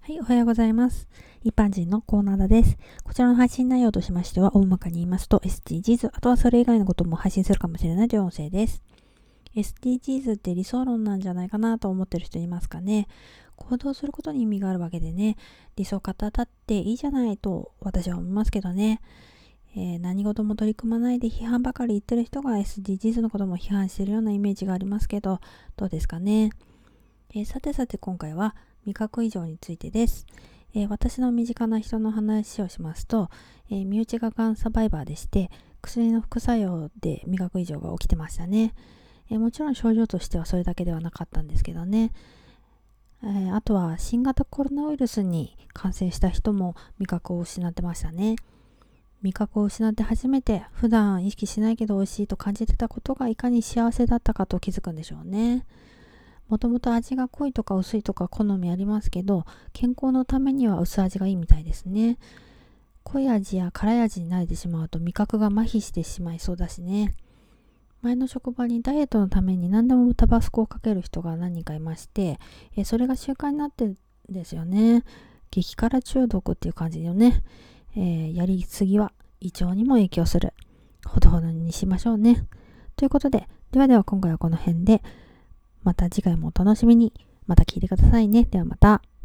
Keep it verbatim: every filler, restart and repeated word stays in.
はい、おはようございます。一般人のコーナーです。こちらの配信内容としましては、大まかに言いますと エスディージーズ、あとはそれ以外のことも配信するかもしれないという音声です。エスディージーズ って理想論なんじゃないかなと思ってる人いますかね。行動することに意味があるわけでね、理想語っていいじゃないと私は思いますけどね。えー、何事も取り組まないで批判ばかり言ってる人が エスディージーズ のことも批判してるようなイメージがありますけど、どうですかね。えー、さてさて今回は味覚異常についてです。えー、私の身近な人の話をしますと、えー、身内ががんサバイバーでして、薬の副作用で味覚異常が起きてましたね。えー、もちろん症状としてはそれだけではなかったんですけどね。えー、あとは新型コロナウイルスに感染した人も味覚を失ってましたね。味覚を失って初めて普段意識しないけど美味しいと感じてたことがいかに幸せだったかと気づくんでしょうね。もともと味が濃いとか薄いとか好みありますけど、健康のためには薄味がいいみたいですね。濃い味や辛い味に慣れてしまうと味覚が麻痺してしまいそうだしね。前の職場にダイエットのために何でもタバスコをかける人が何人かいまして、えそれが習慣になってるんですよね。激辛中毒っていう感じでね、えー、やりすぎは胃腸にも影響する。ほどほどにしましょうね。ということで、ではでは今回はこの辺で、また次回もお楽しみに。また聞いてくださいね。ではまた。